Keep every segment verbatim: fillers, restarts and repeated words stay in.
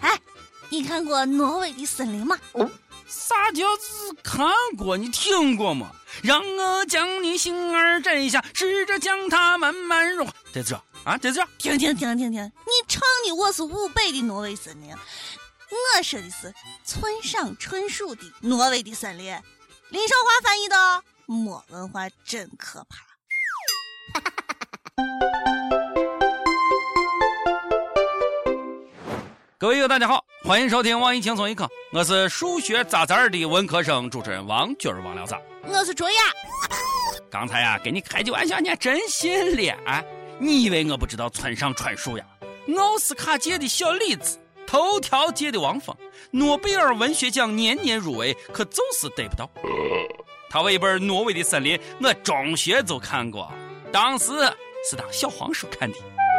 哎，你看过挪威的森林吗？ 哦，啥叫是看过？你听过吗？让我将你心儿摘下，试着将它慢慢融化。在这啊，在这， 停停停停停！你唱的我是五倍的挪威森林，我说的是村上春树的挪威的森林。林少华翻译的，没文化真可怕。 各位友大家好，欢迎收听网易轻松一刻，我是数学渣渣的文科生主持人王军儿王聊渣。 我是卓雅。 刚才呀、啊，给你开句玩笑，你还真信了啊？你以为我不知道村上春树呀？奥斯卡界的小李子，头条界的王峰，诺贝尔文学奖年年入围，可就是得不到。他为一本《挪威的森林》，我中学就看过，当时是当小黄书看的。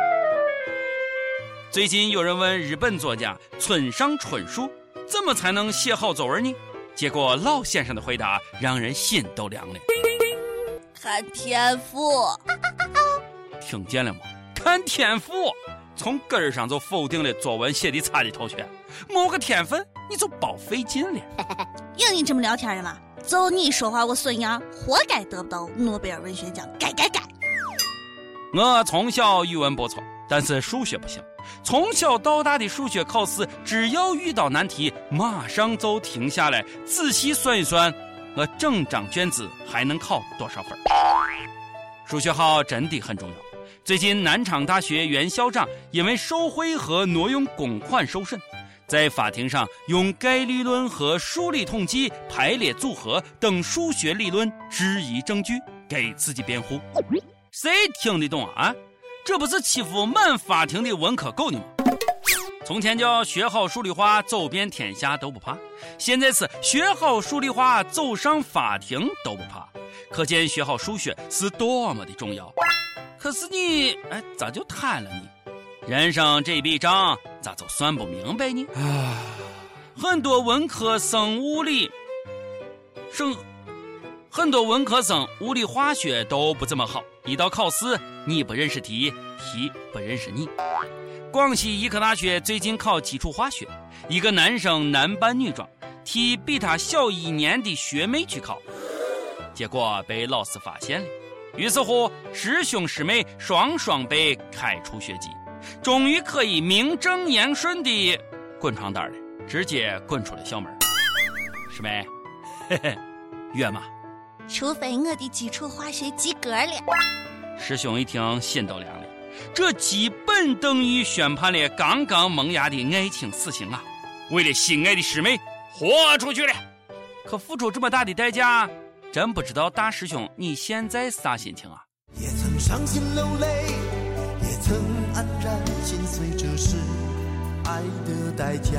最近有人问日本作家村上春树怎么才能写好作文呢？结果老先生的回答让人心都凉了。 看天赋。 听见了吗？看天赋，从根儿上就否定了作文写的差的同学。某个天分你就包费劲了。 有你这么聊天的吗？就你说话我孙杨，活该得不到诺贝尔文学奖，该该该。 我从小语文不错，但是数学不行。从小到大的数学考试，只要遇到难题，马上就停下来仔细算一算，我整张卷子还能考多少分。数学好真的很重要。最近南昌大学原校长因为受贿和挪用公款受审，在法庭上用概率论和数理统计、排列组合等数学理论质疑证据，给自己辩护。谁听得懂啊？这不是欺负满法庭的文科狗呢吗？从前叫学好数理化，走遍天下都不怕，现在是学好数理化，走上法庭都不怕。可见学好数学是多么的重要。可是你哎，咋就贪了呢？人生这笔账咋就算不明白呢？很多文科生物理生很多文科生物理化学都不怎么好，一到考试你不认识题，题不认识你。广西医科大学最近考基础化学，一个男生男扮女装替比他小一年的学妹去考，结果被老师发现了，于是乎师兄师妹双双被开除学籍，终于可以名正言顺的滚床单了，直接滚出了校门。师妹嘿嘿，约吗？ 除非我的基础化学及格了。 师兄一听心都凉了，这基本等于宣判了刚刚萌芽的爱情死刑啊！为了心爱的师妹豁出去了，可付出这么大的代价，真不知道大师兄你现在啥心情啊？ 也曾伤心流泪，也曾黯然心碎，这是爱的代价。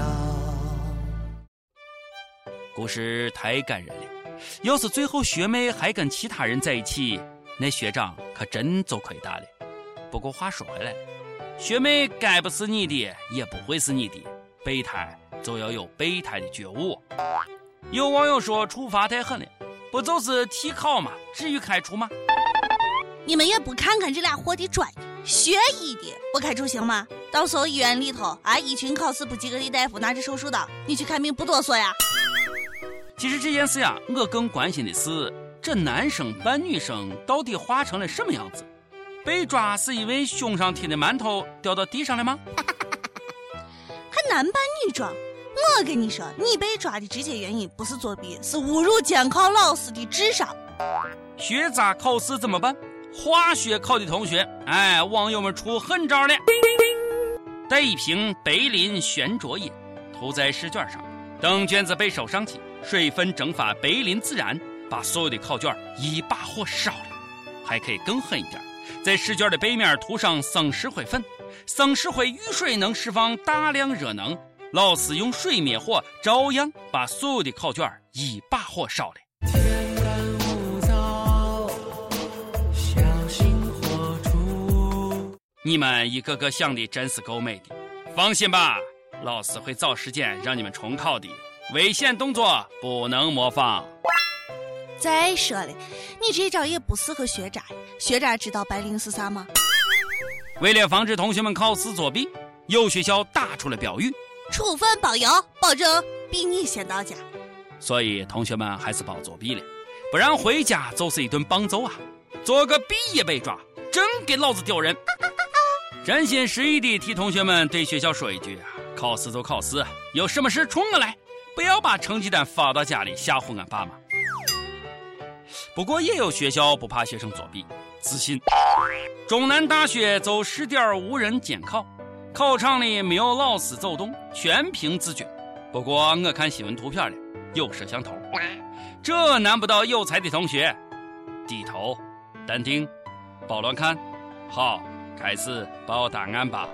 故事太感人了，要是最后学妹还跟其他人在一起，那学长可真就亏大了。不过话说回来，学妹该不是你的也不会是你的，备胎就要有备胎的觉悟。有网友说处罚太狠了，不就是替考吗？至于开除吗？ 你们也不看看这俩货的专业，学医的不开除行吗？到时候医院里头啊，一群考试不及格的大夫拿着手术刀，你去看病不哆嗦呀？ 其实这件事呀，我更关心的是这男生扮女生到底画成了什么样子？被抓是因为胸上贴的馒头掉到地上了吗？ 还男扮女装？我跟你说，你被抓的直接原因不是作弊，是侮辱监考老师的智商。 学渣考试怎么办？化学考的同学，哎，网友们出狠招了，带一瓶白磷悬浊液涂在试卷上，等卷子被收上去，水分蒸发，白磷自燃，把所有的考卷一把火烧了。还可以更狠一点，在试卷的背面涂上生石灰粉，生石灰遇水能释放大量热能，老师用水灭火，照样把所有的考卷一把火烧了。 天干物燥，小心火烛。 你们一个个想的真是够美的，放心吧，老师会找时间让你们重考的，危险动作不能模仿。 再说了，你这招也不适合学渣，学渣知道白磷是啥吗？ 为了防止同学们考试作弊，有学校打出了标语： 处分包邮，保证比你先到家。 所以同学们还是别作弊了，不然回家就是一顿棒揍啊！做个弊也被抓，真给老子丢人！真心实意地替同学们对学校说一句啊，考试就考试，有什么事冲我来，不要把成绩单发到家里吓唬俺爸妈。不过也有学校不怕学生作弊，自信。中南大学就试点无人监考，考场里没有老师走动，全凭自觉。不过我看新闻图片了，有摄像头，这难不倒有才的同学。低头，淡定，别乱看。好，开始报答案吧。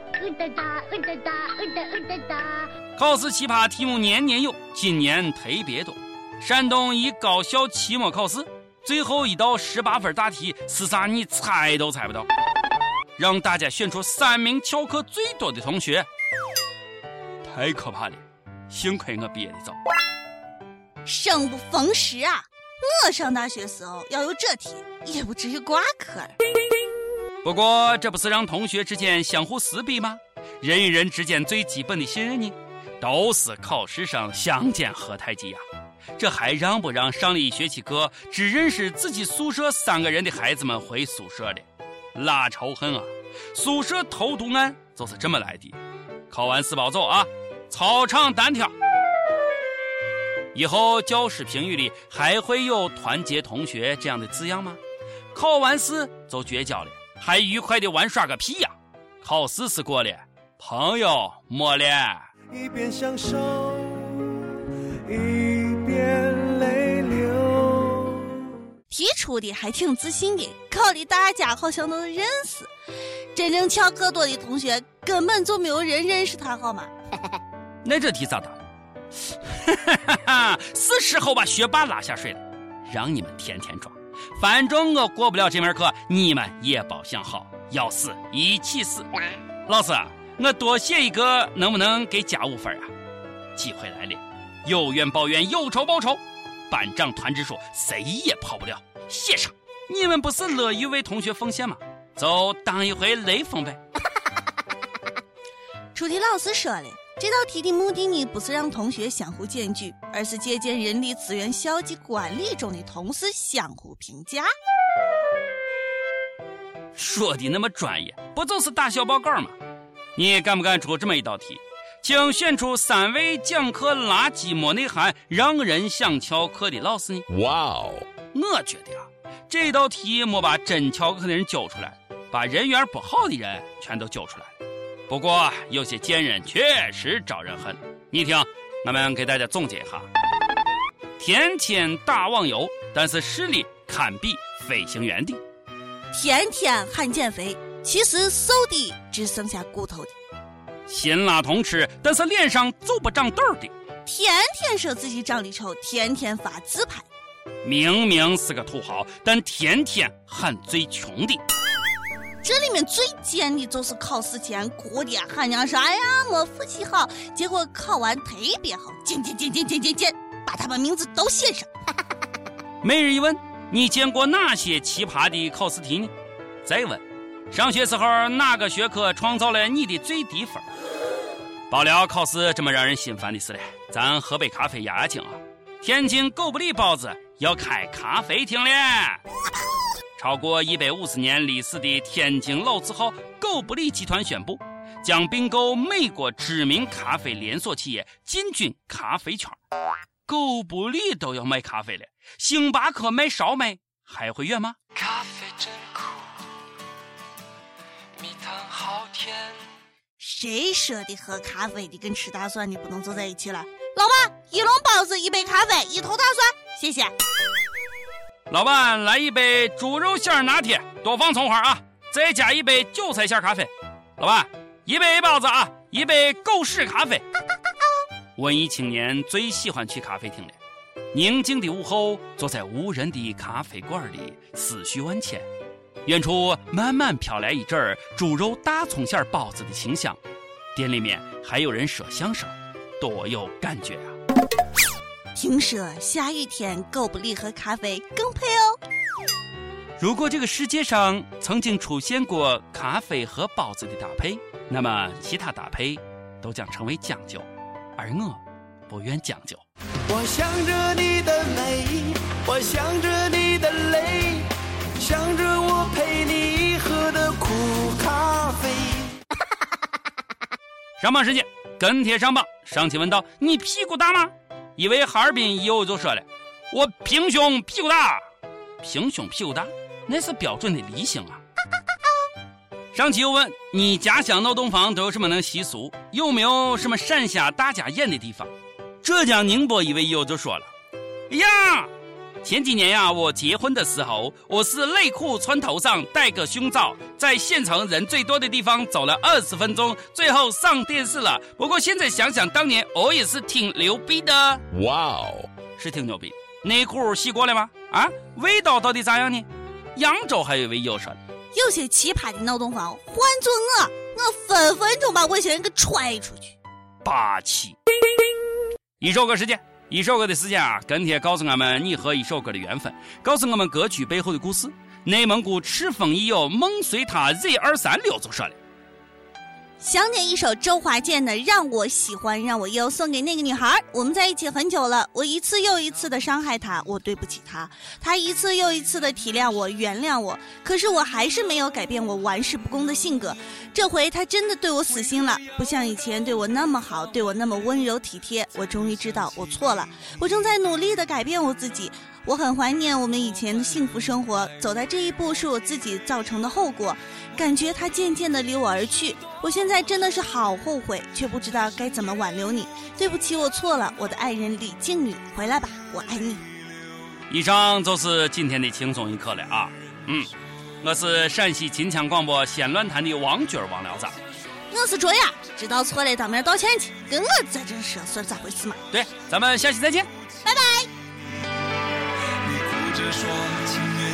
考试奇葩题目年年有，今年特别多。山东一高校期末考试，最后一道十八分大题是啥？你猜都猜不到，让大家选出三名翘课最多的同学，太可怕了！幸亏我毕业的早。 生不逢时啊！我上大学时候要有这题，也不至于挂科了。 不过这不是让同学之间相互撕逼吗？人与人之间最基本的信任呢，都是考试上相煎何太急呀、啊！这还让不让上了一学期课，只认识自己宿舍三个人的孩子们回宿舍的？拉仇恨啊！宿舍投毒案就是这么来的。考完试保走啊，操场单挑。以后教师评语里还会有团结同学这样的字样吗？考完试就绝交了，还愉快的玩耍个屁呀！考试是过了，朋友没了。 一边享受一边泪流。 提出的还挺自信的，考的大家好像都认识。真正翘课多的同学根本就没有人认识他，好吗？ 那这题咋答？是时候把学霸拉下水了，让你们天天装。反正我过不了这门课，你们也别想好，要死一起死。老师，我多写一个能不能给加五分啊？机会来了，有冤报冤，有仇报仇。班长团支书谁也跑不了，写上。你们不是乐于为同学奉献吗？就当一回雷锋呗。 出题老师说了，这道题的目的呢，不是让同学相互检举，而是借鉴人力资源校际管理中的同事相互评价。 说的那么专业，不就是打小报告吗？你敢不敢出这么一道题？请选出三位讲课垃圾没内涵，让人想翘课的老师呢？ 哇哦！ 我觉得啊，这道题没把真翘课的人揪出来，把人缘不好的人全都揪出来了。不过有些贱人确实招人恨。你听，我们给大家总结一下：天天打网游，但是视力堪比飞行员的； 天天喊减肥，其实瘦的只剩下骨头的； 辛辣通吃，但是脸上就不长痘的； 天天说自己长得丑，天天发自拍； 明明是个土豪，但天天喊最穷的。 这里面最贱的就是考试前哭的喊人说哎呀没复习好，结果考完特别好，贱贱贱贱贱贱贱，把他们名字都写上。 每日一问，你见过哪些奇葩的考试题呢？再问，上学时候哪个学科创造了你的最低分？爆料考试这么让人心烦的事嘞，咱喝杯咖啡压压惊啊！天津狗不理包子要开咖啡厅了。超过一百五十年历史的天津老字号狗不理集团宣布，将并购美国知名咖啡连锁企业，进军咖啡圈。狗不理都要卖咖啡了，星巴克卖烧麦还会远吗？ 咖啡真苦，蜜糖好甜。 谁说的喝咖啡的跟吃大蒜的不能坐在一起了？老板，一笼包子，一杯咖啡，一头大蒜，谢谢。 老板，来一杯猪肉馅拿铁，多放葱花啊！再加一杯韭菜馅咖啡。老板，一杯包子啊，一杯狗屎咖啡。文艺青年最喜欢去咖啡厅了，宁静的午后，坐在无人的咖啡馆里，思绪万千。远处慢慢飘来一阵儿猪肉大葱馅包子的清香，店里面还有人说相声，多有感觉啊！ 听说下雨天狗不理和咖啡更配哦。 如果这个世界上曾经出现过咖啡和包子的搭配，那么其他搭配都将成为讲究。 而我不愿将就。 我想着你的美，我想着你的泪，想着我陪你喝的苦咖啡。 上榜时间，跟帖上榜。上期问道：你屁股大吗？一位哈尔滨友就说了：我平胸屁股大。平胸屁股大，那是标准的梨形啊。上期又问你家乡闹洞房都有什么能习俗，有没有什么闪瞎大家眼的地方？浙江宁波一位友就说了：哎呀，前几年呀，我结婚的时候，我是内裤穿头上戴个胸罩，在县城人最多的地方走了二十分钟，最后上电视了。不过现在想想，当年我也是挺牛逼的。哇哦，是挺牛逼。内裤洗过了吗？啊，味道到底咋样呢？扬州还有一位友说， 有些奇葩的闹洞房，换做我，我分分钟把外星人给踹出去。 霸气。一首歌时间，一首歌的时间啊，跟帖告诉我们你和一首歌的缘分，告诉我们歌曲背后的故事。内蒙古赤峰一友梦随他 Z 二三六就说了， 想点一首周华健的《让我喜欢让我忧》，送给那个女孩。我们在一起很久了，我一次又一次的伤害她，我对不起她，她一次又一次的体谅我原谅我，可是我还是没有改变我玩世不恭的性格。这回她真的对我死心了，不像以前对我那么好，对我那么温柔体贴。我终于知道我错了，我正在努力的改变我自己。我很怀念我们以前的幸福生活，走到这一步是我自己造成的后果，感觉它渐渐的离我而去。我现在真的是好后悔，却不知道该怎么挽留你。对不起，我错了，我的爱人李静女，回来吧，我爱你。 以上就是今天的轻松一刻了啊。嗯，我是陕西秦腔广播闲乱谈的王军王聊子。 我是卓雅，知道错了当面道歉去，跟我在这说说咋回事嘛？ 对，咱们下期再见， 拜拜。 你哭着说情愿